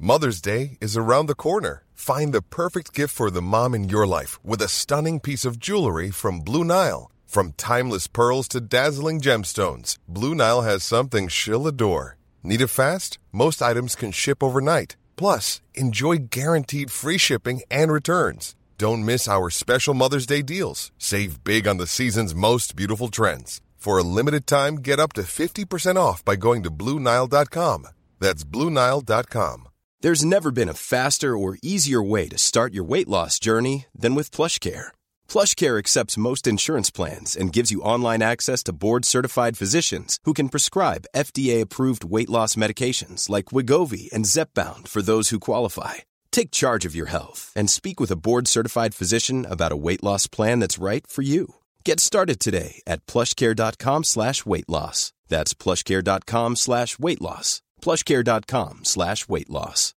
Mother's Day is around the corner. Find the perfect gift for the mom in your life with a stunning piece of jewelry from Blue Nile. From timeless pearls to dazzling gemstones, Blue Nile has something she'll adore. Need it fast? Most items can ship overnight. Plus, enjoy guaranteed free shipping and returns. Don't miss our special Mother's Day deals. Save big on the season's most beautiful trends. For a limited time, get up to 50% off by going to BlueNile.com. That's BlueNile.com. There's never been a faster or easier way to start your weight loss journey than with PlushCare. PlushCare accepts most insurance plans and gives you online access to board-certified physicians who can prescribe FDA-approved weight loss medications like Wegovy and Zepbound for those who qualify. Take charge of your health and speak with a board-certified physician about a weight loss plan that's right for you. Get started today at plushcare.com/weightloss. That's plushcare.com/weightloss. plushcare.com/weightloss.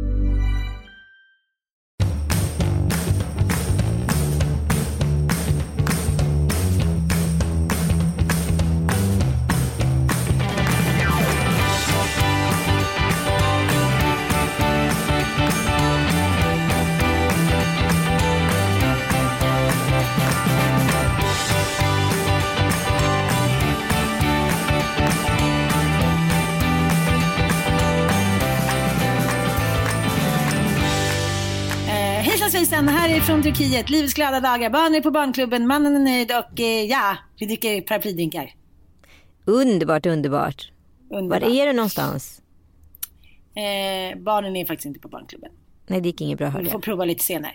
Svejsan, här är från Turkiet. Livets glada dagar. Barn är på barnklubben. Mannen är nöjd och vi dricker paraplydrinkar. Underbart. Var är du någonstans? Barnen är faktiskt inte på barnklubben. Nej, det gick inget bra. Vi får prova lite senare.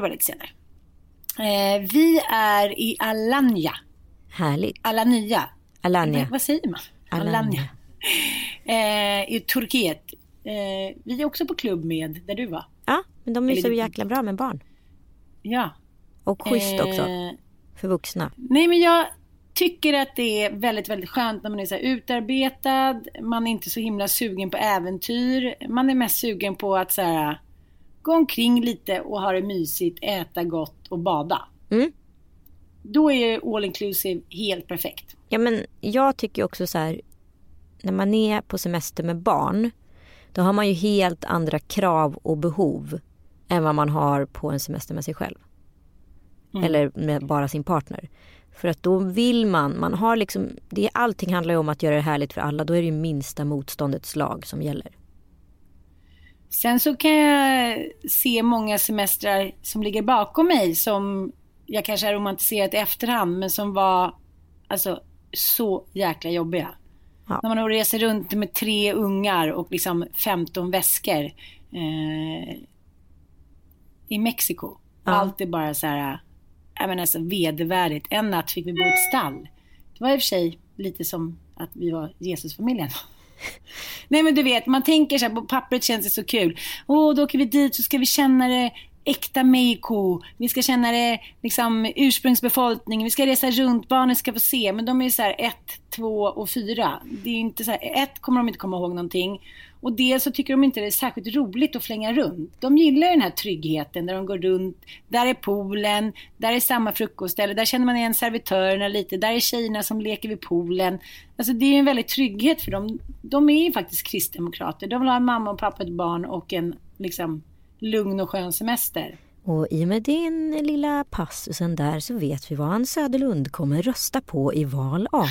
Vi är i Alanya. Härligt. Alanya. Vad säger man? Alanya. I Turkiet. Vi är också på klubb med där du var. Ja, men de är så jäkla bra med barn. Ja. Och schysst också. För vuxna. Nej, men jag tycker att det är väldigt, väldigt skönt när man är så här utarbetad. Man är inte så himla sugen på äventyr. Man är mest sugen på att så här, gå omkring lite och ha det mysigt, äta gott och bada. Mm. Då är all inclusive helt perfekt. Ja, men jag tycker också så här, när man är på semester med barn, då har man ju helt andra krav och behov än vad man har på en semester med sig själv. Eller med bara sin partner. För att då vill man har liksom, allting handlar ju om att göra det härligt för alla. Då är det ju minsta motståndets lag som gäller. Sen så kan jag se många semestrar som ligger bakom mig som jag kanske har romantiserat i efterhand, men som var alltså så jäkla jobbiga. Ja. När man reser runt med 3 ungar och liksom 15 väskor i Mexiko. Ja. Allt är bara så här, alltså vedervärdigt. En natt fick vi bo i ett stall. Det var i och för sig lite som att vi var Jesusfamiljen. Nej, men du vet, man tänker så här, på pappret känns det så kul. Då åker vi dit så ska vi känna det äkta Mexico. Vi ska känna det liksom ursprungsbefolkning. Vi ska resa runt, barnen ska få se. Men de är så här 1, 2 och 4. Det är inte så här, 1 kommer de inte komma ihåg någonting. Och dels så tycker de inte det är särskilt roligt att flänga runt. De gillar den här tryggheten där de går runt. Där är poolen, där är samma frukostställe. Där känner man igen servitörerna lite. Där är tjejerna som leker vid poolen. Alltså det är en väldigt trygghet för dem. De är ju faktiskt kristdemokrater. De vill ha en mamma och pappa, ett barn och en liksom lugn och skön semester. Och i och med din lilla passusen där så vet vi vad Ann Söderlund kommer rösta på i val 18.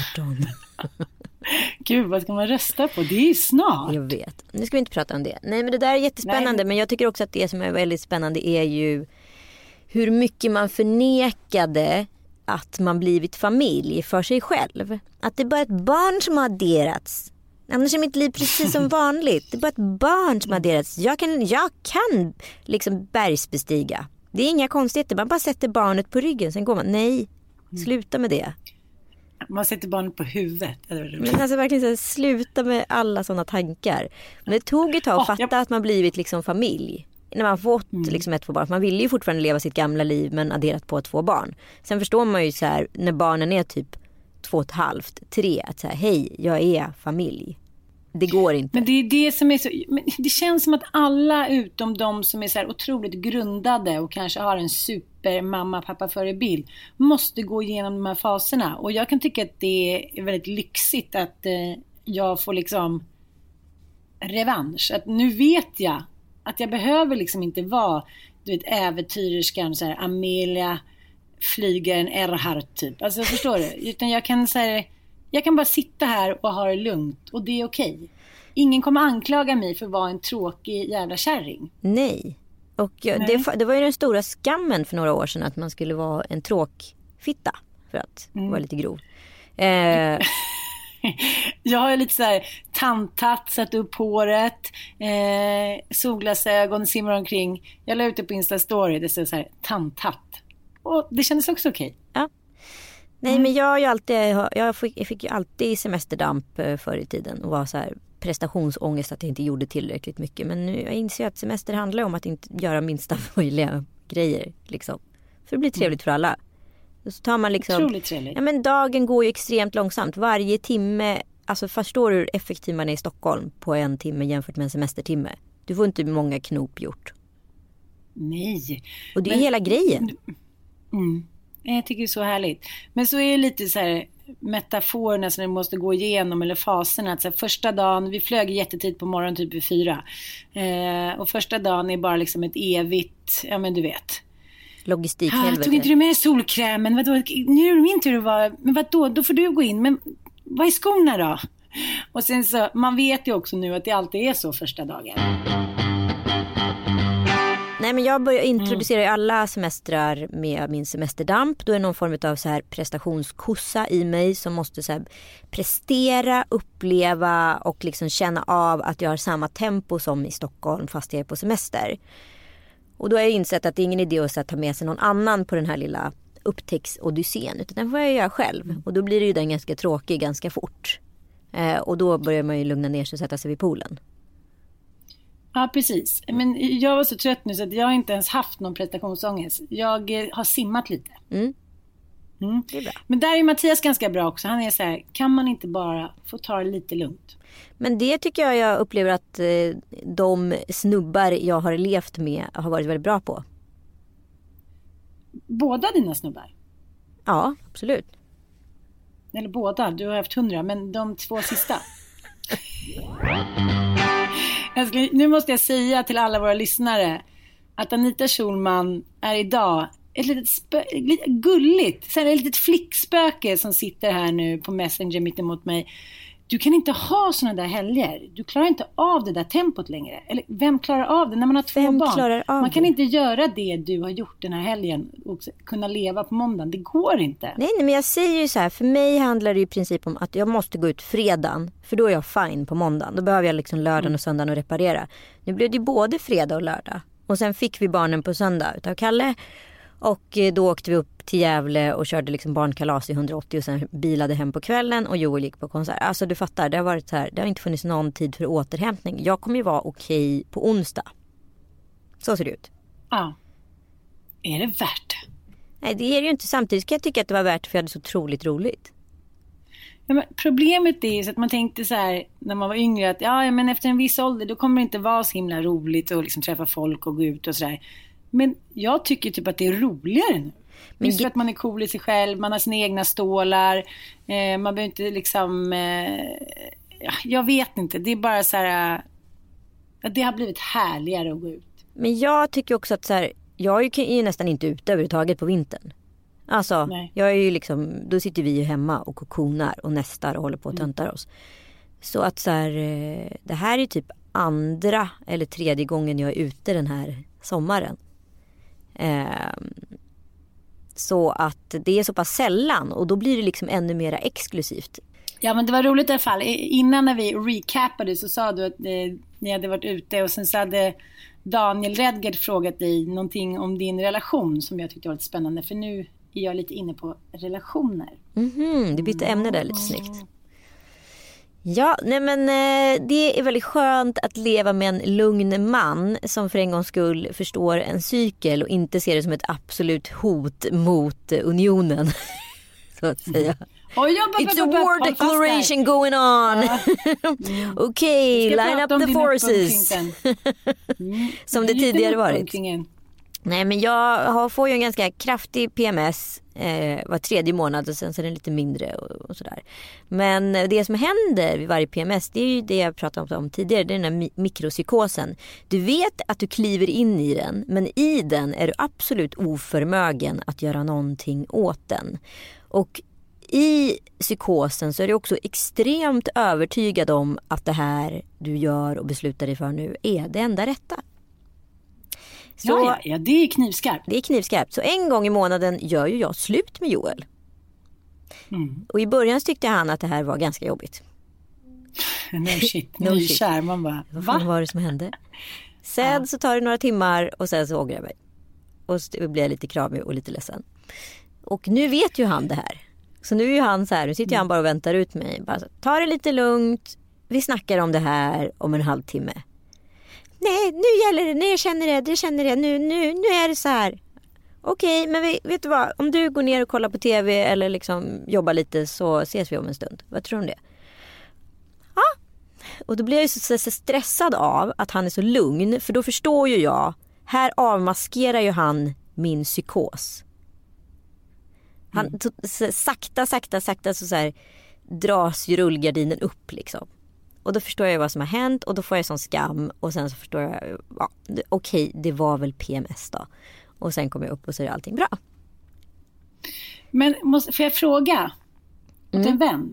Gud, vad ska man rösta på? Det är ju snart. Jag vet. Nu ska vi inte prata om det. Nej, men det där är jättespännande. Nej. Men jag tycker också att det som är väldigt spännande är ju hur mycket man förnekade att man blivit familj för sig själv. Att det är bara ett barn som har adderats. Annars är mitt liv precis som vanligt. Det är bara ett barn som har adderats. Jag kan liksom bergsbestiga. Det är inga konstigheter. Man bara sätter barnet på ryggen. Sen går man. Nej, sluta med det. Man sätter barnet på huvudet. Men alltså verkligen så här, sluta med alla sådana tankar. Men det tog ett tag att fatta att man blivit liksom familj. När man fått liksom 1-2 barn. Man ville ju fortfarande leva sitt gamla liv men adderat på 2 barn. Sen förstår man ju så här, när barnen är typ 2,5, 3, att säga hej, jag är familj. Det går inte. Men det är det som är så, men det känns som att alla utom de som är så här otroligt grundade och kanske har en super mamma pappa förebild måste gå igenom de här faserna. Och jag kan tycka att det är väldigt lyxigt att jag får liksom revansch. Att nu vet jag Att jag behöver liksom inte vara, du vet, äventyrerskan så här, Amelia Flygaren Earhart typ. Alltså förstår du? Utan jag kan så här, jag kan bara sitta här och ha det lugnt och det är okej. Ingen kommer anklaga mig för att vara en tråkig jävla kärring. Nej. Och det var ju den stora skammen för några år sedan att man skulle vara en tråkfitta för att vara lite grov. Jag har lite så här tanthatt, satt upp håret, solglasögon, simmar omkring. Jag la ut det på Insta-story, det står så här tanthatt. Och det kändes också okej. Ja. Nej, men jag fick ju alltid semesterdamp förr i tiden och var så här prestationsångest att jag inte gjorde tillräckligt mycket. Men nu jag inser att semester handlar om att inte göra minsta möjliga grejer liksom. För det blir trevligt för alla. Så tar man liksom, otroligt trevligt. Ja, men dagen går ju extremt långsamt. Varje timme, alltså förstår du hur effektiv man är i Stockholm på en timme jämfört med en semestertimme? Du får inte många knop gjort. Nej. Och det är hela grejen. Jag tycker det är så härligt. Men så är det lite så här metaforerna som vi måste gå igenom, eller faserna. Att så här, första dagen, vi flög jättetid på morgonen typ vid 4. Och första dagen är bara liksom ett evigt, ja men du vet. Logistikhelvete. Tog inte du med solkrämen? Vadå? Nu är det min tur att vara. Men vadå? Då får du gå in. Men vad är skorna då? Och sen så, man vet ju också nu att det alltid är så första dagen. Nej, men jag börjar introducera alla semestrar med min semesterdamp. Då är det någon form av så här prestationskossa i mig som måste så här prestera, uppleva och liksom känna av att jag har samma tempo som i Stockholm fast jag är på semester. Och då har jag insett att det är ingen idé att ta med sig någon annan på den här lilla upptäcks-odyssén. Utan den får jag göra själv. Och då blir det ju den ganska tråkig ganska fort. Och då börjar man ju lugna ner sig och sätta sig vid poolen. Ja, precis. Men jag var så trött nu så att jag har inte ens haft någon prestationsångest. Jag har simmat lite. Det är bra. Men där är Mattias ganska bra också. Han är så här, kan man inte bara få ta det lite lugnt? Men det tycker jag upplever att de snubbar jag har levt med har varit väldigt bra på. Båda dina snubbar? Ja, absolut. Eller båda, du har haft 100, men de 2 sista. Nu måste jag säga till alla våra lyssnare att Anita Schulman är idag ett litet gulligt, ett litet flickspöke som sitter här nu på Messenger mitt emot mig. Du kan inte ha såna där helger. Du klarar inte av det där tempot längre. Eller vem klarar av det när man har 2 barn? Man kan inte göra det du har gjort den här helgen och kunna leva på måndagen. Det går inte. Nej, men jag säger ju så här. För mig handlar det i princip om att jag måste gå ut fredagen. För då är jag fine på måndagen. Då behöver jag liksom lördagen och söndagen att reparera. Nu blev det både fredag och lördag. Och sen fick vi barnen på söndag utav Kalle. Och då åkte vi upp till Gävle och körde liksom barnkalas i 180 och sen bilade hem på kvällen och Joel gick på konsert. Alltså du fattar, det har varit så här, det har inte funnits någon tid för återhämtning. Jag kommer ju vara okej på onsdag. Så ser det ut. Ja. Är det värt det? Nej, det är det ju inte. Samtidigt ska jag tycka att det var värt för jag hade så otroligt roligt. Ja, men problemet är så att man tänkte så här när man var yngre att ja, men efter en viss ålder då kommer det inte vara så himla roligt att liksom träffa folk och gå ut och sådär. Men jag tycker typ att det är roligare nu. Just för att man är cool i sig själv, man har sina egna stålar, man behöver inte liksom, jag vet inte, det är bara så här, det har blivit härligare att gå ut. Men jag tycker också att så här, jag är ju nästan inte ute överhuvudtaget på vintern. Alltså, jag är ju liksom, då sitter vi ju hemma och kokonar och nästar och håller på och töntar oss. Så att så här, det här är typ 2:a eller 3:e gången jag är ute den här sommaren. Så att det är så pass sällan och då blir det liksom ännu mer exklusivt. Ja, men det var roligt i alla fall. Innan när vi recapade så sa du att ni hade varit ute och sen så hade Daniel Redgert frågat dig någonting om din relation som jag tyckte var lite spännande, för nu är jag lite inne på relationer. Du bytte ämne där lite snyggt. Ja, nej men det är väldigt skönt att leva med en lugn man som för en gångs skull förstår en cykel och inte ser det som ett absolut hot mot unionen, så att säga. It's a war declaration going on. Okay, line up the forces. Som det tidigare varit. Nej, men jag får ju en ganska kraftig PMS var 3:e månad och sen så är den lite mindre och sådär. Men det som händer vid varje PMS, det är ju det jag pratade om tidigare, det är den här mikropsykosen. Du vet att du kliver in i den, men i den är du absolut oförmögen att göra någonting åt den. Och i psykosen så är du också extremt övertygad om att det här du gör och beslutar dig för nu är det enda rätta. Så, ja, det är knivskarpt. Det är knivskarpt. Så en gång i månaden gör ju jag slut med Joel. Och i början tyckte han att det här var ganska jobbigt. No shit, nykär. Man bara, vad fan var det som hände? Sen så tar det några timmar och sen så ångrar jag mig. Och så blir jag lite kramig och lite ledsen. Och nu vet ju han det här. Så nu är ju han så här, nu sitter han bara och väntar ut mig. Bara så, ta det lite lugnt. Vi snackar om det här om en halvtimme. Nej, nu gäller det. Nej, jag känner det. Nu är det så här. Okej, men vet du vad? Om du går ner och kollar på tv eller liksom jobbar lite så ses vi om en stund. Vad tror du om det? Ja. Och då blir jag ju så stressad av att han är så lugn. För då förstår ju jag. Här avmaskerar ju han min psykos. Han sakta så här dras ju rullgardinen upp liksom. Och då förstår jag vad som har hänt och då får jag sån skam och sen så förstår jag, ja, okej, det var väl PMS då. Och sen kommer jag upp och så är allting bra. Men får jag fråga åt en vän?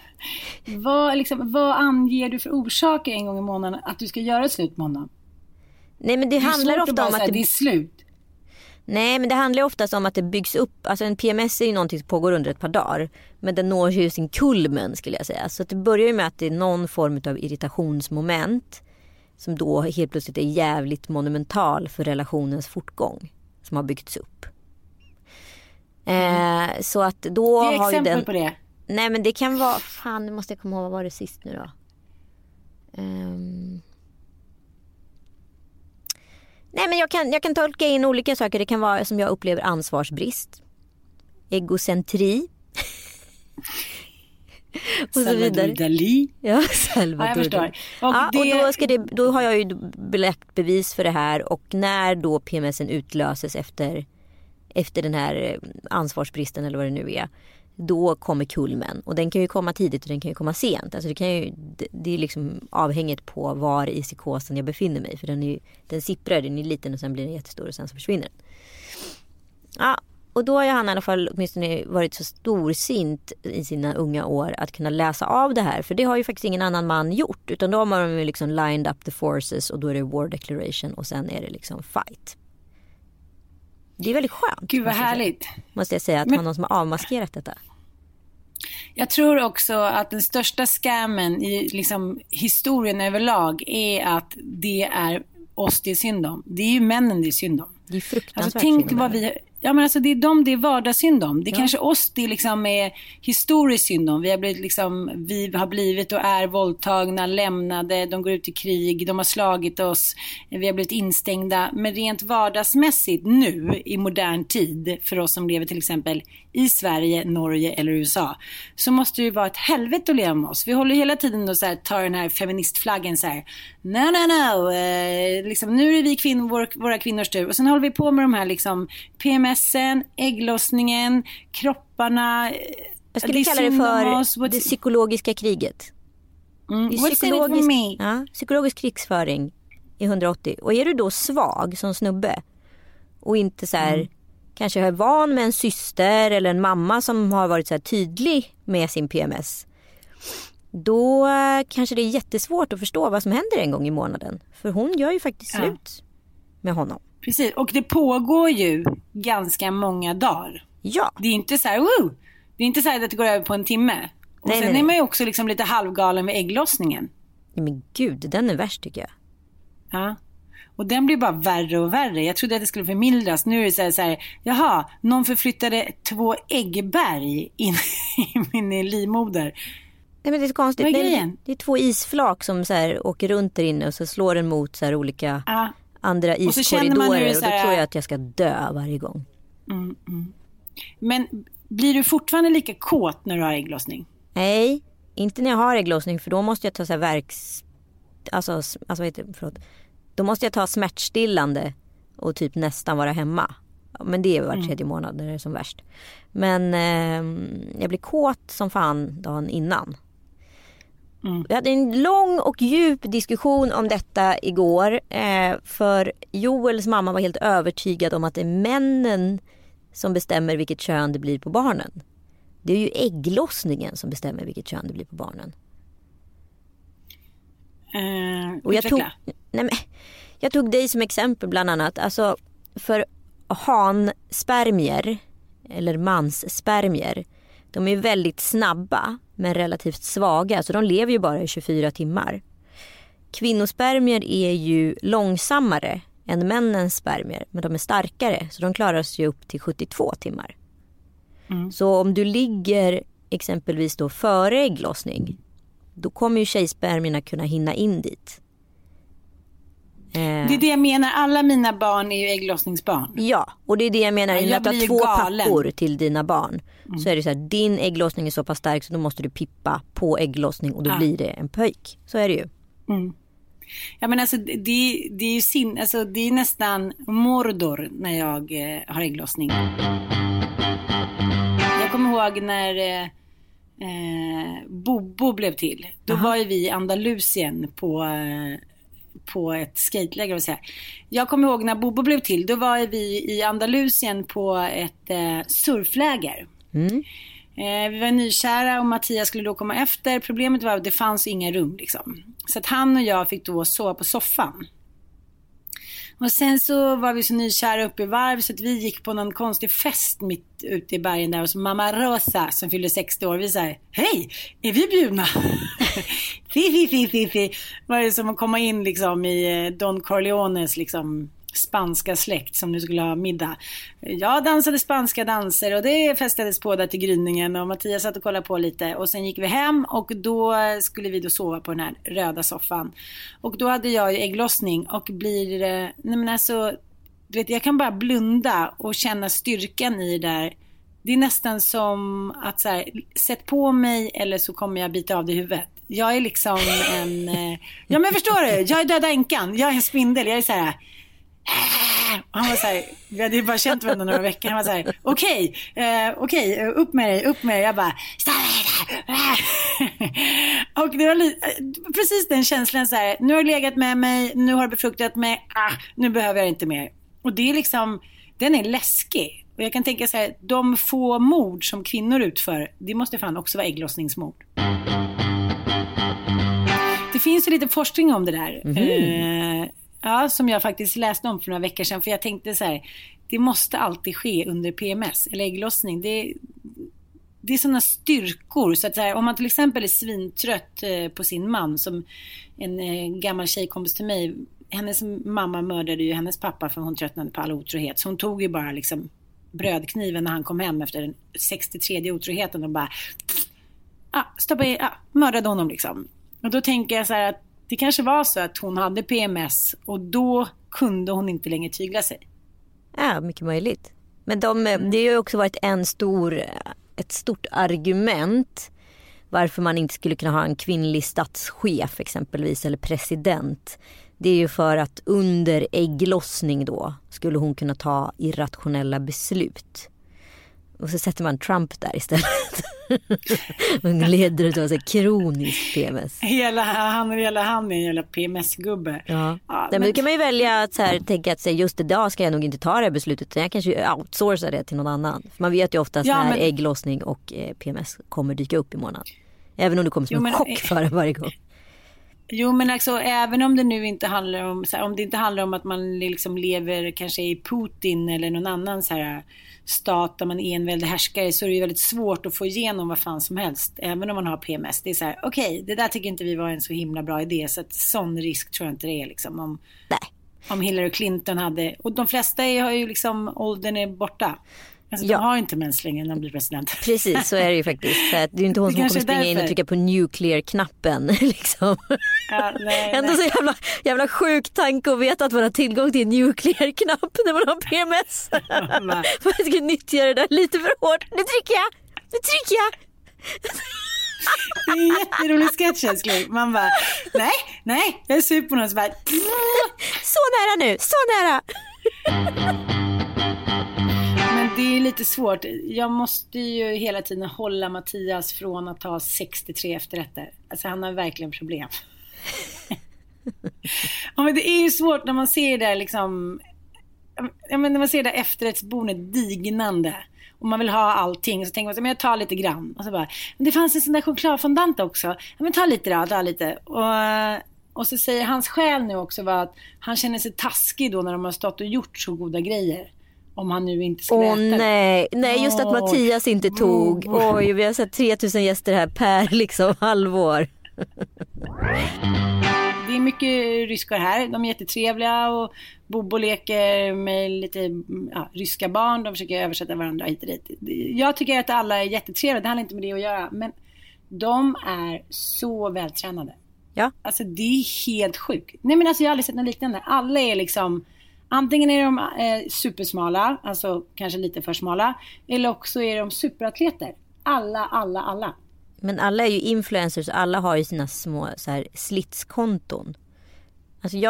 Vad anger du för orsaker en gång i månaden att du ska göra slut med honom? Nej, men det handlar ofta om att det är slut. Nej, men det handlar oftast om att det byggs upp. Alltså en PMS är ju någonting som pågår under ett par dagar. Men den når ju sin kulmen skulle jag säga. Så att det börjar ju med att det är någon form av irritationsmoment. Som då helt plötsligt är jävligt monumental för relationens fortgång. Som har byggts upp. Så att då det är har ju exempel på det. Nej, men det kan vara... Fan, nu måste jag komma ihåg, vad var det sist nu då? Nej, men jag kan tolka in olika saker. Det kan vara som jag upplever ansvarsbrist. Egocentri. Och så vidare. Dalí. Ja, Salvador. Ja, jag förstår. Och då har jag ju belagt bevis för det här. Och när då PMSen utlöses efter den här ansvarsbristen eller vad det nu är, då kommer kulmen. Och den kan ju komma tidigt och den kan ju komma sent. Alltså det är liksom avhängigt på var i psykosen jag befinner mig. För den sipprar, den är liten och sen blir den jättestor och sen så försvinner den. Ja, och då har han i alla fall åtminstone varit så storsint i sina unga år att kunna läsa av det här. För det har ju faktiskt ingen annan man gjort. Utan då har man ju liksom lined up the forces och då är det war declaration och sen är det liksom fight. Det är väldigt skönt. Gud vad härligt. Måste jag säga att han har någon som har avmaskerat detta. Jag tror också att den största scammen i liksom historien överlag är att det är oss det är synd om. Det är ju männen det är synd om. Det är fruktansvärt. Alltså, tänk vad vi... Ja, men alltså det är vardagssynd om. Det är kanske oss det liksom är historiskt synd om. Vi har blivit och är våldtagna, lämnade, de går ut i krig, de har slagit oss, vi har blivit instängda. Men rent vardagsmässigt nu i modern tid för oss som lever till exempel i Sverige, Norge eller USA, så måste det ju vara ett helvete att leva med oss. Vi håller hela tiden och så här, tar den här feministflaggen så här, no. Liksom, nu är vi våra kvinnors tur. Och sen håller vi på med de här liksom PMSen, ägglossningen, kropparna. Jag skulle kalla det för det psykologiska kriget. Psykologisk krigsföring i 180. Och är du då svag som snubbe och inte så här, kanske är van med en syster eller en mamma som har varit så här tydlig med sin PMS, då kanske det är jättesvårt att förstå vad som händer en gång i månaden. För hon gör ju faktiskt slut med honom. Precis, och det pågår ju ganska många dagar. Ja. Det är inte så här, det är inte så här att det går över på en timme. Och sen är man ju också liksom lite halvgalen med ägglossningen. Ja, men gud, den är värst tycker jag. Ja. Och den blir bara värre och värre. Jag trodde att det skulle förmildras. Nu är det så här, jaha, någon förflyttade 2 äggberg in i min livmoder. Nej, men det är så konstigt. Vad är grejen? Det är 2 isflak som så här åker runt där inne och så slår den mot så här olika andra iskorridorer. Och då tror jag att jag ska dö varje gång. Men blir du fortfarande lika kåt när du har ägglossning? Nej, inte när jag har ägglossning, för då måste jag ta så här då måste jag ta smärtstillande och typ nästan vara hemma. Men det är var tredje månad när det är som värst. Men jag blev kåt som fan dagen innan. Vi hade en lång och djup diskussion om detta igår. För Joels mamma var helt övertygad om att det är männen som bestämmer vilket kön det blir på barnen. Det är ju ägglossningen som bestämmer vilket kön det blir på barnen. Och jag tog dig som exempel bland annat. Alltså för hanspermier eller mansspermier, de är väldigt snabba men relativt svaga, så de lever ju bara i 24 timmar. Kvinnospermier är ju långsammare än männens spermier, men de är starkare, så de klarar sig upp till 72 timmar. Så om du ligger exempelvis då före ägglossning, då kommer ju tjejspermierna kunna hinna in dit. Det är det jag menar, alla mina barn är ju ägglossningsbarn. Ja, och det är det jag menar, att du har 2 pappor till dina barn. Så är det så här, din ägglossning är så pass stark så då måste du pippa på ägglossning och då blir det en pöjk. Så är det ju. Ja, men alltså det är ju det är nästan Mordor när jag har ägglossning. Jag kommer ihåg när Bobo blev till. Då var ju vi i Andalusien på ett skateläger och så här. Jag kommer ihåg när Bobo blev till, då var vi i Andalusien på ett surfläger. Vi var nykära och Mattias skulle då komma efter. Problemet var att det fanns inga rum liksom. Så att han och jag fick då sova på soffan. Och sen så var vi så nykära uppe i varv så att vi gick på någon konstig fest mitt ute i bergen där. Och så mamma Rosa som fyllde 60 år, vi sa: hej, är vi bjudna? Fi. Var det som att komma in liksom i Don Corleones liksom spanska släkt som nu skulle ha middag. Jag dansade spanska danser och det festades på där till gryningen och Mattias satt och kollade på lite och sen gick vi hem och då skulle vi då sova på den här röda soffan och då hade jag ju ägglossning och blir nej men alltså, du vet, jag kan bara blunda och känna styrkan i det där. Det är nästan som att så här, sätt på mig eller så kommer jag bita av det i huvudet. Jag är liksom en ja men förstår du, jag är döda änkan, jag är en spindel, jag är så här. Han var så här, vi hade ju bara känt varandra några veckor. Han var så här, okej, upp med dig. Jag bara, och det var precis den känslan så här, nu har du legat med mig, nu har du befruktat mig, nu behöver jag inte mer. Och det är liksom, den är läskig. Och jag kan tänka så här, de få mord som kvinnor utför, det måste fan också vara ägglossningsmord. Det finns ju lite forskning om det där. Ja, som jag faktiskt läste om för några veckor sedan. För jag tänkte så här, det måste alltid ske under PMS eller ägglossning. Det är sådana styrkor. Så att så här, om man till exempel är svintrött på sin man, som en gammal tjejkompis till mig. Hennes mamma mördade ju hennes pappa för hon tröttnade på all otrohet. Så hon tog ju bara liksom brödkniven när han kom hem efter den 63:e otroheten och bara mördade honom liksom. Och då tänker jag så här att det kanske var så att hon hade PMS och då kunde hon inte längre tygla sig. Ja, mycket möjligt. Men det har ju också varit ett stort argument varför man inte skulle kunna ha en kvinnlig statschef exempelvis eller president. Det är ju för att under ägglossning då skulle hon kunna ta irrationella beslut. Och så sätter man Trump där istället. Och leder det till kronisk PMS. Hela han är en jävla PMS-gubbe. Ja. Men då kan man ju välja att så här, tänka att just idag ska jag nog inte ta det här beslutet. Jag kanske outsourcar det till någon annan. För man vet ju oftast när ägglossning och PMS kommer dyka upp i månaden. Även om det kommer som en chock för varje gång. Jo, men alltså, även om det nu inte handlar om så här, om det inte handlar om att man liksom lever kanske i Putin eller någon annan så här stat där man är en väldigt härskare, så är det ju väldigt svårt att få igenom vad fan som helst, även om man har PMS. Det är så här, okej, det där tycker inte vi var en så himla bra idé, så att sån risk tror jag inte det är liksom om Hillary Clinton hade, och de flesta har ju liksom, åldern är borta. Alltså, de har inte mens längre när de blir president. Precis, så är det ju faktiskt. Så att det är inte hon som kommer springa in och trycka på nuclear-knappen. Liksom. Ja, Ändå så jävla sjuk tanke att veta att man har tillgång till en nuclear-knapp när man har PMS. Man ska nyttja det där lite för hårt. Nu trycker jag. Det är en jätterolig sketch. Man bara, nej, jag är super på någon så bara... Så nära nu, så nära. Men det är lite svårt. Jag måste ju hela tiden hålla Mattias från att ta 63 efterrätter. Alltså han har verkligen problem. Ja, men det är ju svårt när man ser det där liksom... Ja, men när man ser det där efterrättsbordet dignande och man vill ha allting, så tänker man så, men jag tar lite grann. Och så bara, men det fanns en sån där chokladfondant också. Ja, men ta lite då, ta lite. Och så säger hans själ nu också var att han känner sig taskig då när de har stått och gjort så goda grejer. Om han nu inte skulle äta. Nej, just att Mattias inte tog. Oj, vi har sett 3000 gäster här per liksom halvår. Det är mycket ryskar här. De är jättetrevliga och Bobo leker med lite ryska barn. De försöker översätta varandra hit och dit. Jag tycker att alla är jättetrevliga. Det handlar inte med det att göra. Men de är så vältränade. Ja. Alltså det är helt sjukt. Nej men alltså jag har aldrig sett något liknande. Alla är liksom... Antingen är de supersmala. Alltså kanske lite för smala. Eller också är de superatleter. Alla. Men alla är ju influencers. Alla har ju sina små så här, slitskonton. Alltså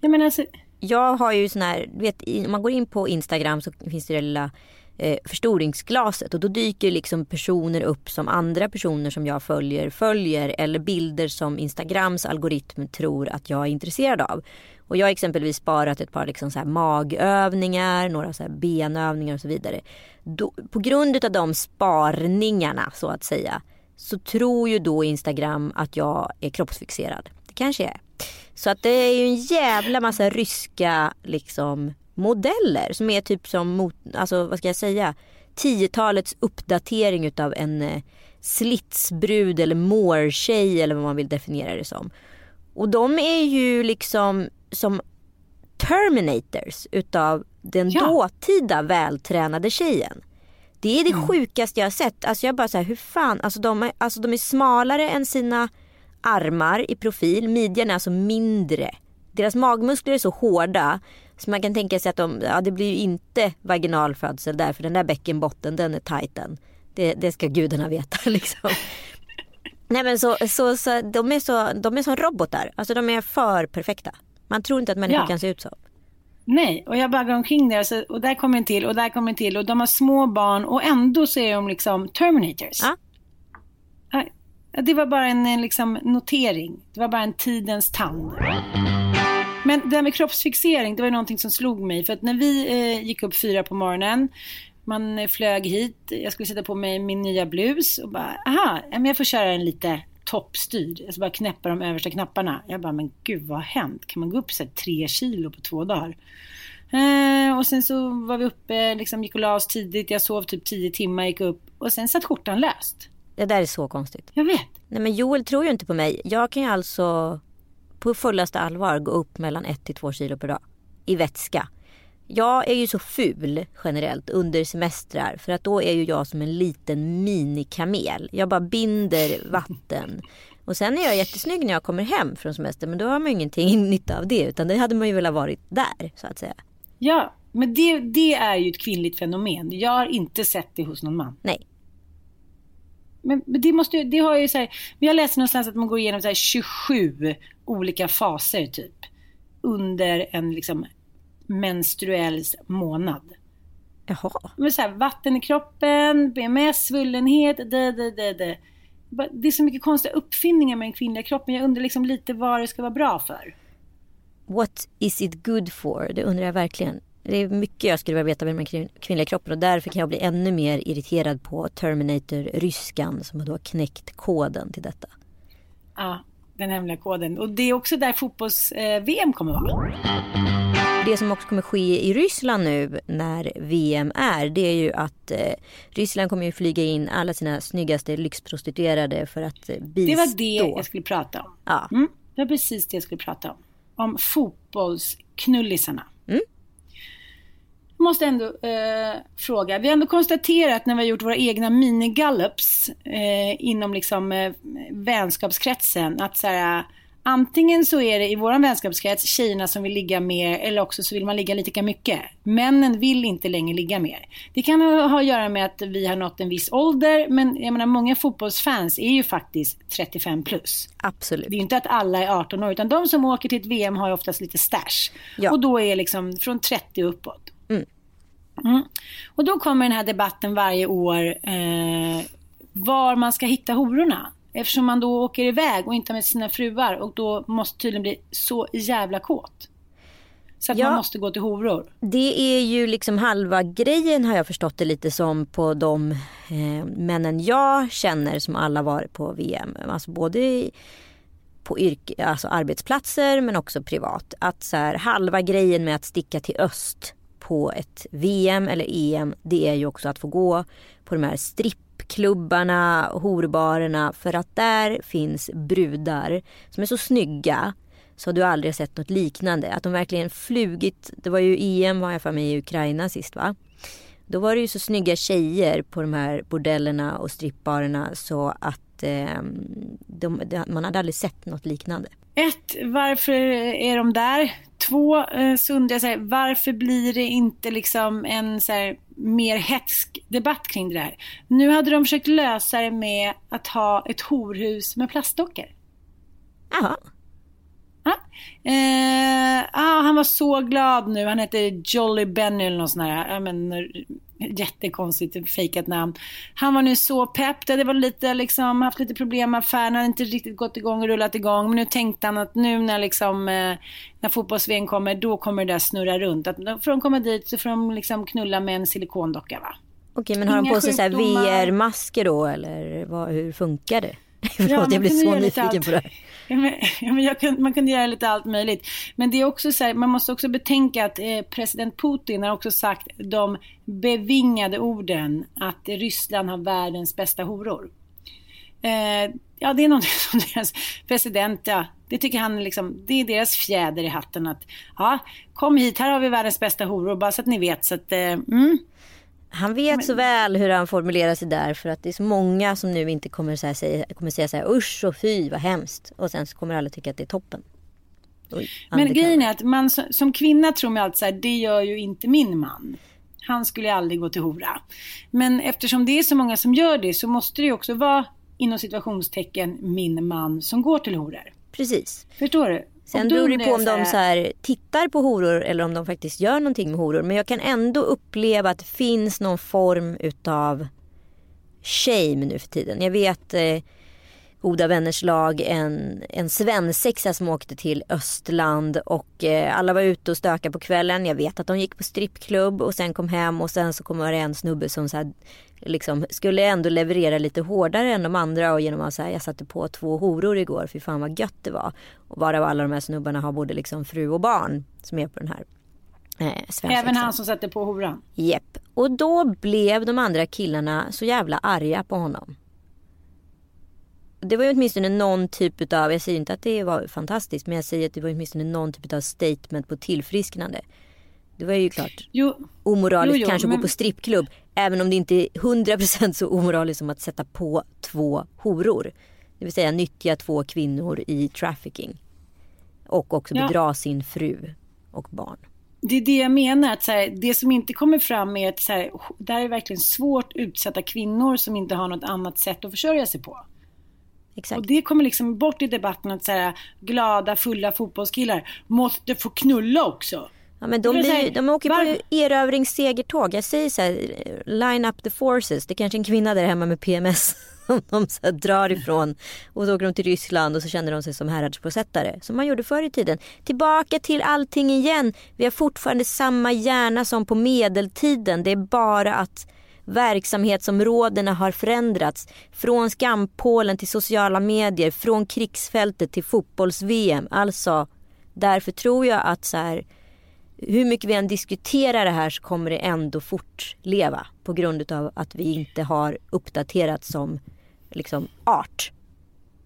jag har ju sån här, du vet, om man går in på Instagram så finns det lilla förstoringsglaset. Och då dyker liksom personer upp som andra personer som jag följer. Eller bilder som Instagrams algoritm tror att jag är intresserad av. Och jag har exempelvis sparat ett par liksom så här magövningar, några så här benövningar och så vidare. På grund av de sparningarna så att säga, så tror ju då Instagram att jag är kroppsfixerad. Det kanske är. Så att det är ju en jävla massa ryska liksom modeller som är typ som alltså vad ska jag säga, 10-talets uppdatering utav en slitsbrud eller mårtjej eller vad man vill definiera det som. Och de är ju liksom som Terminators utav den dåtida vältränade tjejen. Det är det sjukaste jag har sett. Alltså jag bara så här, hur fan, alltså de är smalare än sina armar i profil. Midjan är alltså mindre. Deras magmuskler är så hårda så man kan tänka sig att det blir ju inte vaginalfödsel där, för den där bäckenbotten, den är tajten. Det ska gudarna veta liksom. Nej men så de är som robotar. Alltså de är för perfekta. Man tror inte att människor kan se ut så. Nej, och jag bara går omkring där och där kommer en till och där kommer en till och de har små barn och ändå så är de liksom Terminators. Ja. Det var bara en liksom notering. Det var bara en tidens tand. Men det här med kroppsfixering, det var någonting som slog mig. För att när vi gick upp 4 på morgonen, man flög hit, jag skulle sätta på mig min nya blus och bara, men jag får köra en lite toppstyrd. Jag ska bara knäppa de översta knapparna. Jag bara, men gud vad har hänt? Kan man gå upp så 3 kilo på 2 dagar? Och sen så var vi uppe, liksom gick och la oss tidigt. Jag sov typ 10 timmar, gick upp. Och sen satt skjortan löst. Det där är så konstigt. Jag vet. Nej men Joel tror ju inte på mig. Jag kan ju alltså på fullaste allvar gå upp mellan 1-2 kilo per dag. I vätska. Jag är ju så ful generellt under semestrar. För att då är ju jag som en liten minikamel. Jag bara binder vatten. Och sen är jag jättesnygg när jag kommer hem från semester. Men då har man ju ingenting nytta av det. Utan det hade man ju velat varit där så att säga. Ja, men det är ju ett kvinnligt fenomen. Jag har inte sett det hos någon man. Nej. Men det har ju så här, vi har läst någonstans att man går igenom så här 27 olika faser typ. Under en liksom menstruell månad. Jaha. Men så här, vatten i kroppen, PMS, svullenhet, det är så mycket konstiga uppfinningar med den kvinnliga kroppen. Jag undrar liksom lite vad det ska vara bra för. What is it good for? Det undrar jag verkligen. Det är mycket jag skulle vilja veta med den kvinnliga kroppen. Och därför kan jag bli ännu mer irriterad på Terminator-ryskan som har knäckt koden till detta. Ja, den hemliga koden. Och det är också där fotbolls-VM kommer vara. Det som också kommer ske i Ryssland nu när VM är, det är ju att Ryssland kommer ju flyga in alla sina snyggaste lyxprostituerade för att bistå. Det var det jag skulle prata om. Ja. Det var precis det jag skulle prata om. Om fotbollsknullisarna. Jag måste ändå fråga. Vi har ändå konstaterat när vi har gjort våra egna minigallups inom liksom vänskapskretsen att så här, antingen så är det i våran vänskapskrets tjejerna som vill ligga mer, eller också så vill man ligga lika mycket. Männen vill inte längre ligga mer. Det kan ha att göra med att vi har nått en viss ålder, men jag menar, många fotbollsfans är ju faktiskt 35 plus. Absolut. Det är ju inte att alla är 18 år, utan de som åker till ett VM har ju oftast lite stash. Ja. Och då är liksom från 30 uppåt. Mm. Och då kommer den här debatten varje år var man ska hitta hororna. Eftersom man då åker iväg och inte med sina fruar, och då måste tydligen bli så jävla kåt. Så att man måste gå till horor. Det är ju liksom halva grejen, har jag förstått det lite som, på de männen jag känner som alla varit på VM. Alltså både på alltså arbetsplatser men också privat. Att så här, halva grejen med att sticka till öst på ett VM eller EM, det är ju också att få gå på de här strippklubbarna, horbarerna, för att där finns brudar som är så snygga så du aldrig har sett något liknande. Att de verkligen flugit, det var ju EM var jag för mig i Ukraina sist, va? Då var det ju så snygga tjejer på de här bordellerna och strippbarerna så att man hade aldrig sett något liknande. 1. Varför är de där? 2. Så undrar jag så här, varför blir det inte liksom en så här mer hetsk debatt kring det här? Nu hade de försökt lösa det med att ha ett horhus med plastdockor. Jaha. Han var så glad nu. Han heter Jolly Benny eller något sånt här. Jättekonstigt fejkat namn. Han var nu så pepp. Det var lite liksom, haft lite problem med affären. Han hade inte riktigt gått igång och rullat igång. Men nu tänkte han att nu när liksom när fotbolls-VM kommer, då kommer det där snurra runt. Att då får de komma dit så får de liksom knulla med en silikondocka, va? Okej, men har de på sig så här VR-masker då? Eller hur funkar det? Jag blir så nyfiken på det. Man kunde göra lite allt möjligt. Men det är också så här, man måste också betänka att president Putin har också sagt de bevingade orden att Ryssland har världens bästa horor. Ja, det är någonting som deras president, det tycker han liksom, det är deras fjäder i hatten att kom hit, här har vi världens bästa horor, bara så att ni vet. Så att, Han vet så väl hur han formulerar sig där, för att det är så många som nu inte kommer säga så här, usch och fy, vad hemskt. Och sen så kommer alla tycka att det är toppen. Men grejen är att man som kvinna tror mig alltid så här, det gör ju inte min man. Han skulle aldrig gå till hora. Men eftersom det är så många som gör det, så måste det ju också vara inom situationstecken min man som går till horor. Precis. Förstår du? Sen beror det på om de så här tittar på horor eller om de faktiskt gör någonting med horor. Men jag kan ändå uppleva att det finns någon form utav shame nu för tiden. Jag vet Goda vänners lag, en svensexa som åkte till Östland och alla var ute och stökade på kvällen. Jag vet att de gick på strippklubb och sen kom hem och sen så kom det en snubbe som så här, liksom, skulle ändå leverera lite hårdare än de andra och genom att säga jag satte på 2 horor igår, för fan vad gött det var. Och varav alla de här snubbarna har både liksom fru och barn som är på den här svensexan. Även han som satte på horan? Japp. Och då blev de andra killarna så jävla arga på honom. Det var ju åtminstone någon typ av, jag säger inte att det var fantastiskt, men jag säger att det var åtminstone någon typ av statement på tillfrisknande. Det var ju klart omoraliskt kanske att gå på strippklubb, även om det inte är 100% så omoraliskt som att sätta på 2 horor. Det vill säga nyttja 2 kvinnor i trafficking. Och också bedra sin fru och barn. Det är det jag menar, att så här, det som inte kommer fram är att så här, där är verkligen svårt utsatta kvinnor som inte har något annat sätt att försörja sig på. Exakt. Och det kommer liksom bort i debatten att så här, glada, fulla fotbollskillar måste få knulla också. Ja, men de åker på erövringssegertåg. Jag säger så här, line up the forces. Det är kanske en kvinna där hemma med PMS som de så här drar ifrån. Och så åker de till Ryssland och så känner de sig som häradsprocessare. Som man gjorde förr i tiden. Tillbaka till allting igen. Vi har fortfarande samma hjärna som på medeltiden. Det är bara att verksamhetsområdena har förändrats. Från skampålen till sociala medier. Från krigsfältet till fotbolls-VM. Alltså, därför tror jag att så här, hur mycket vi än diskuterar det här så kommer det ändå fortleva på grund av att vi inte har uppdaterats som liksom art.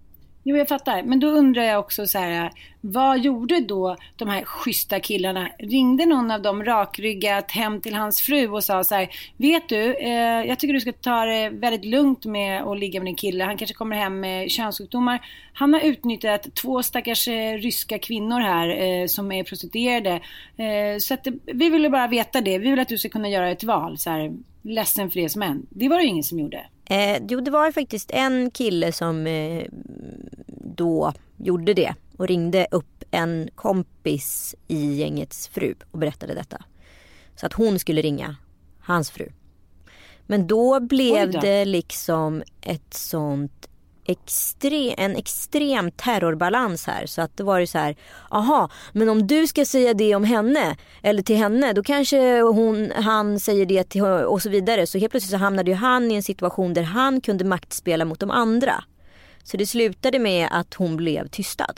Jo, jag fattar. Men då undrar jag också så här, vad gjorde då de här schyssta killarna? Ringde någon av dem rakryggat hem till hans fru och sa så här, vet du, jag tycker du ska ta det väldigt lugnt med att ligga med din kille. Han kanske kommer hem med könssjukdomar. Han har utnyttjat 2 stackars ryska kvinnor här som är prostituerade. Så att vi ville bara veta det. Vi vill att du ska kunna göra ett val. Så här, ledsen för det som än. Det var det ingen som gjorde. Jo, det var ju faktiskt en kille som då gjorde det och ringde upp en kompis i gängets fru och berättade detta. Så att hon skulle ringa hans fru. Men då blev det liksom ett sånt en extrem terrorbalans här. Så att det var ju så här, aha, men om du ska säga det om henne eller till henne, då kanske han säger det till och så vidare. Så helt plötsligt så hamnade ju han i en situation där han kunde maktspela mot de andra. Så det slutade med att hon blev tystad.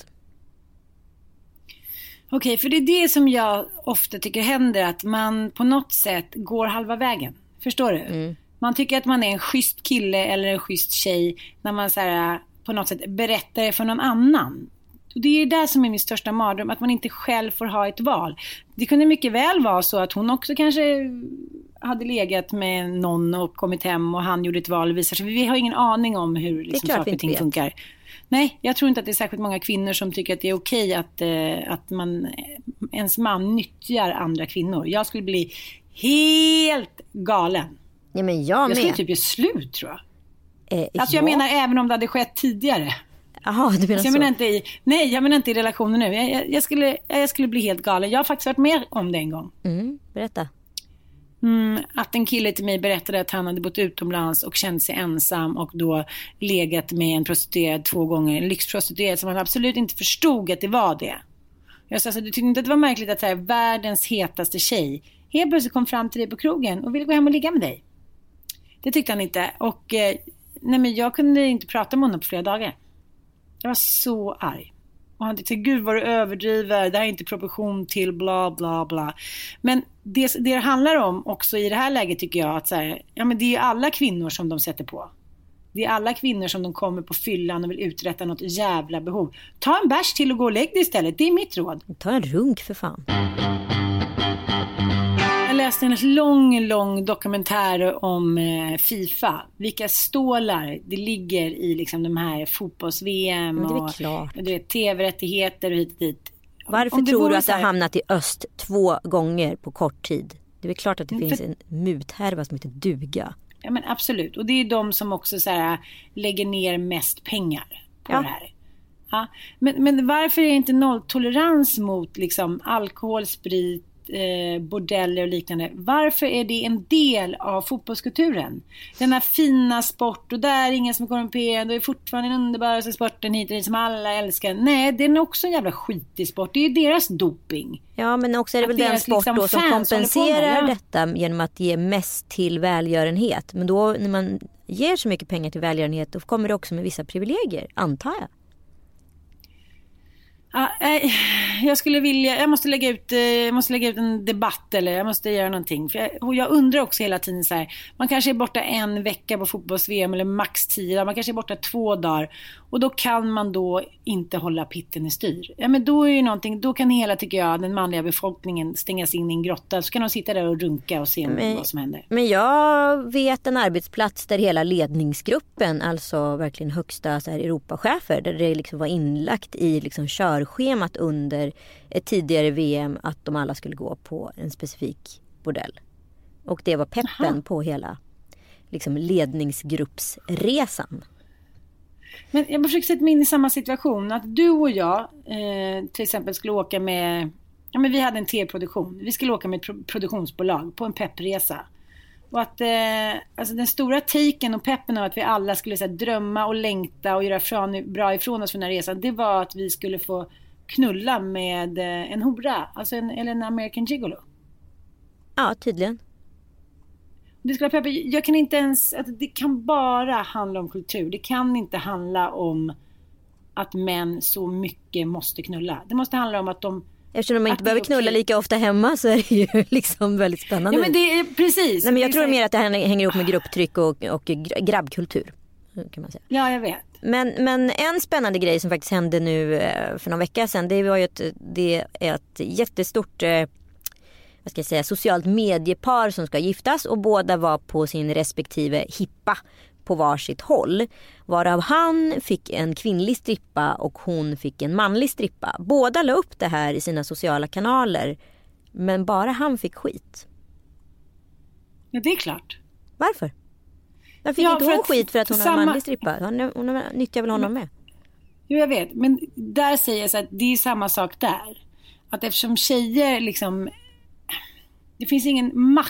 Okej, för det är det som jag ofta tycker händer, att man på något sätt går halva vägen. Förstår du? Mm. Man tycker att man är en schysst kille eller en schysst tjej när man så här, på något sätt berättar det för någon annan. Och det är det som är min största mardröm, att man inte själv får ha ett val. Det kunde mycket väl vara så att hon också kanske hade legat med någon och kommit hem och han gjorde ett val och visar sig. Vi har ingen aning om hur liksom, saker och ting funkar. Nej, jag tror inte att det är särskilt många kvinnor som tycker att det är okej att ens man nyttjar andra kvinnor. Jag skulle bli helt galen. Ja, men jag skulle typ göra slut, tror jag. Alltså jag menar även om det hade skett tidigare. Jaha, du menar alltså, jag menar inte i relationen nu. Jag skulle bli helt galen. Jag har faktiskt varit med om det en gång. Berätta. Att en kille till mig berättade att han hade bott utomlands och känt sig ensam och då legat med en prostituerad 2 gånger. En lyxprostituerad som han absolut inte förstod att det var det. Jag sa, alltså, du tyckte inte att det var märkligt att så här, världens hetaste tjej helt plötsligt kom fram till dig på krogen och ville gå hem och ligga med dig? Det tyckte han inte. Och nej, men jag kunde inte prata med honom på flera dagar. Jag var så arg. Och han tyckte, gud vad du överdriver. Det här är inte proportion till bla bla bla. Men det handlar om också i det här läget tycker jag att så här, ja, men det är ju alla kvinnor som de sätter på. Det är alla kvinnor som de kommer på fyllan och vill uträtta något jävla behov. Ta en bärs till och gå och lägg dig istället. Det är mitt råd. Ta en runk för fan. Jag läste en lång dokumentär om FIFA. Vilka stålar det ligger i liksom de här fotbolls-VM och tv-rättigheter och hit och dit. Varför tror du att det har hamnat i öst 2 gånger på kort tid? Det är väl klart att det finns en muthärva som heter duga. Ja, men absolut. Och det är de som också så här, lägger ner mest pengar på det här. Ja. Men varför är det inte nolltolerans mot liksom, alkohol, sprit, bordeller och liknande? Varför är det en del av fotbollskulturen? Den här fina sport och där är ingen som är korrumperad och det är fortfarande den underbaraste sporten hit och dit som alla älskar. Nej, det är också en jävla skitig sport. Det är ju deras doping. Ja, men också är det väl den sport liksom då som kompenserar detta genom att ge mest till välgörenhet. Men då när man ger så mycket pengar till välgörenhet då kommer det också med vissa privilegier, antar jag. Jag måste lägga ut en debatt eller jag måste göra någonting. För jag undrar också hela tiden så här, man kanske är borta 1 vecka på fotbolls-VM eller max 10, man kanske är borta 2 dagar och då kan man då inte hålla pitten i styr. Ja, men då är ju någonting, då kan hela, tycker jag, den manliga befolkningen stängas in i en grotta, så kan de sitta där och runka och se vad som händer. Men jag vet en arbetsplats där hela ledningsgruppen, alltså verkligen högsta så här, Europachefer, där det liksom var inlagt i liksom körschemat under ett tidigare VM att de alla skulle gå på en specifik bordell. Och det var peppen på hela liksom, ledningsgruppsresan. Men jag försöker sätta mig in i samma situation. Att du och jag till exempel skulle åka med... Ja, men vi hade en tv-produktion. Vi skulle åka med ett produktionsbolag på en peppresa. Och att alltså den stora taken och peppen av att vi alla skulle så här, drömma och längta och göra bra ifrån oss för den här resan, det var att vi skulle få knulla med en hora. Alltså en American Gigolo. Ja, tydligen. Det skulle vara jag kan inte ens, att det kan bara handla om kultur. Det kan inte handla om att män så mycket måste knulla. Det måste handla om att de... Eftersom de inte behöver knulla lika ofta hemma så är det ju liksom väldigt spännande. Ja, men det är precis. Nej, men jag tror mer att det här hänger ihop med grupptryck och grabbkultur, kan man säga. Ja, jag vet. Men en spännande grej som faktiskt hände nu för någon vecka sedan, det var ju det är ett jättestort socialt mediepar som ska giftas, och båda var på sin respektive hippa på varsitt håll. Varav han fick en kvinnlig strippa och hon fick en manlig strippa. Båda la upp det här i sina sociala kanaler, men bara han fick skit. Ja, det är klart. Varför? Varför fick inte hon skit för att hon har en manlig strippa? Hon nyttjar väl honom med? Jo, jag vet. Men där säger jag så att det är samma sak där. Att eftersom tjejer liksom... Det finns ingen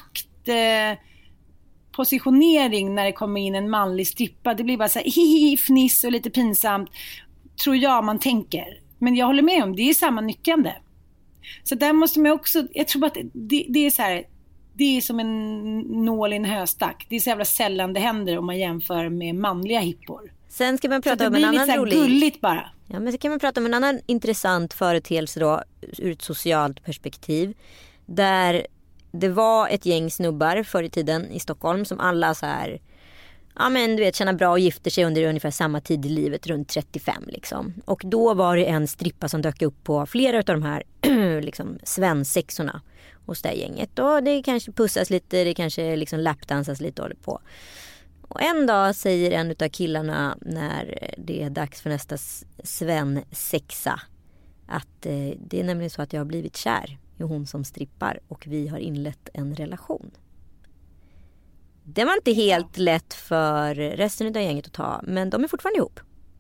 maktpositionering när det kommer in en manlig strippa. Det blir bara så här hihi, fniss och lite pinsamt. Tror jag man tänker. Men jag håller med om, det är samma nyttjande. Så där måste man också... Jag tror att det är så här... Det är som en nål i en höstack. Det är så jävla sällan det händer om man jämför med manliga hippor. Sen ska man prata om en annan rolig... gulligt bara. Ja, men så kan man prata om en annan intressant företeelse då, ur ett socialt perspektiv. Där det var ett gäng snubbar förr i tiden i Stockholm som alla så här... Ja, men du vet, tjänar bra och gifter sig under ungefär samma tid i livet, runt 35 liksom. Och då var det en strippa som dök upp på flera av de här liksom svensexorna hos det gänget. Och det kanske pussas lite, det kanske liksom lapdansas lite och på. Och en dag säger en av killarna när det är dags för nästa svensexa att det är nämligen så att jag har blivit kär i hon som strippar och vi har inlett en relation. Det var inte helt lätt för resten av gänget att ta, men de är fortfarande ihop.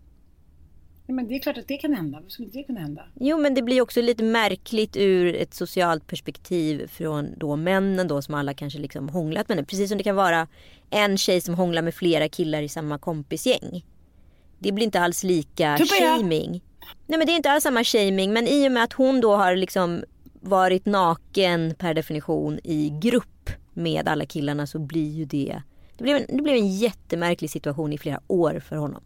Ja, men det är klart att det kan hända. Vad skulle det kunna hända? Jo, men det blir också lite märkligt ur ett socialt perspektiv från då männen då som alla kanske liksom hånglat med. Precis som det kan vara en tjej som hånglar med flera killar i samma kompisgäng. Det blir inte alls lika shaming. Nej, men det är inte alls samma shaming, men i och med att hon då har liksom varit naken per definition i grupp med alla killarna så blir ju det blev en jättemärklig situation i flera år för honom.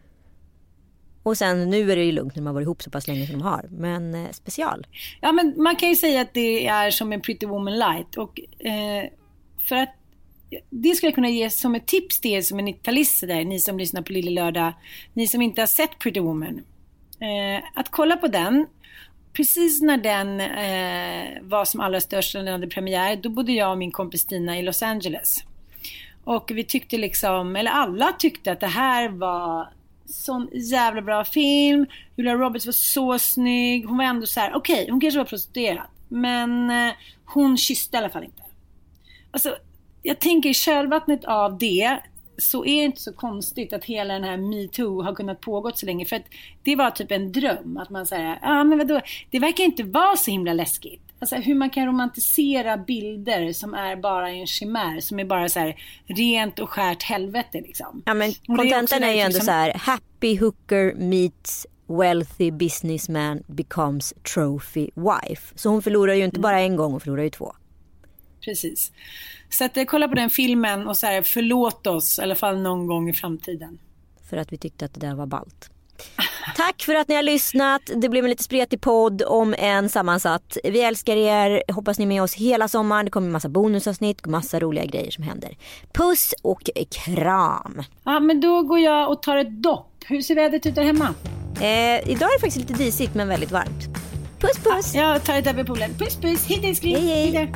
Och sen nu är det ju lugnt när man har varit ihop så pass länge som de har. Men special. Ja, men man kan ju säga att det är som en Pretty Woman light. Och för att det skulle jag kunna ge som ett tips till er som är 90-talister där. Ni som lyssnar på Lille Lördag. Ni som inte har sett Pretty Woman. Att kolla på den. Precis när den var som allra störst när den hade premiär. Då bodde jag och min kompis Stina i Los Angeles. Och vi tyckte liksom, eller alla tyckte att det här var sån jävla bra film. Julia Roberts var så snygg. Hon var ändå så här, okej, hon kanske var prostituerad. Men hon kysste i alla fall inte. Alltså, jag tänker i kölvattnet av det så är det inte så konstigt att hela den här Me Too har kunnat pågått så länge. För att det var typ en dröm. Att man säger, men vadå? Det verkar inte vara så himla läskigt. Alltså hur man kan romantisera bilder som är bara en chimär. Som är bara så här rent och skärt helvete liksom. Ja, men kontentan är ju ändå så här, happy hooker meets wealthy businessman becomes trophy wife. Så hon förlorar ju inte bara en gång, hon förlorar ju 2. Precis. Så att kolla på den filmen och så här, förlåt oss i alla fall någon gång i framtiden. För att vi tyckte att det där var ballt. Tack för att ni har lyssnat. Det blev en lite spretig podd om en sammansatt. Vi älskar er. Hoppas ni är med oss hela sommaren. Det kommer en massa bonusavsnitt och massa roliga grejer som händer. Puss och kram. Ja, men då går jag och tar ett dopp. Hur ser vädret ut där hemma? Idag är det faktiskt lite disigt men väldigt varmt. Puss, puss. Jag tar ett över poolen. Puss, puss. Hej, älskling. Hej, hej.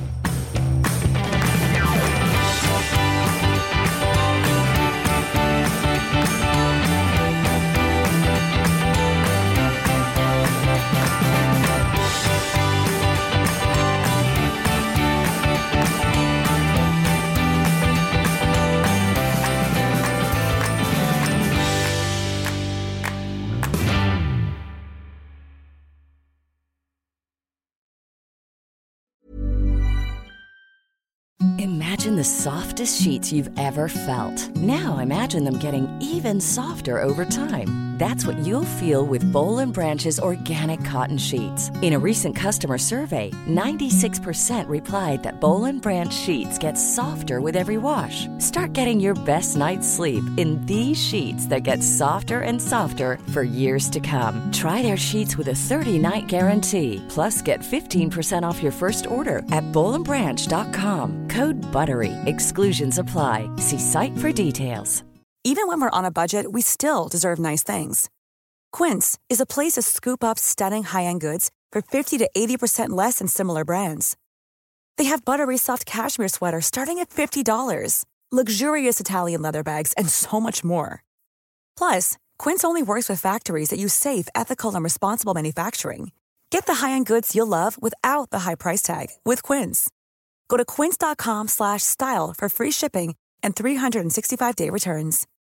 Imagine the softest sheets you've ever felt. Now imagine them getting even softer over time. That's what you'll feel with Boll & Branch's organic cotton sheets. In a recent customer survey, 96% replied that Boll & Branch sheets get softer with every wash. Start getting your best night's sleep in these sheets that get softer and softer for years to come. Try their sheets with a 30-night guarantee. Plus, get 15% off your first order at bollandbranch.com. Code BUTTERY. Exclusions apply. See site for details. Even when we're on a budget, we still deserve nice things. Quince is a place to scoop up stunning high-end goods for 50 to 80% less than similar brands. They have buttery soft cashmere sweaters starting at $50, luxurious Italian leather bags, and so much more. Plus, Quince only works with factories that use safe, ethical, and responsible manufacturing. Get the high-end goods you'll love without the high price tag with Quince. Go to quince.com/style for free shipping and 365-day returns.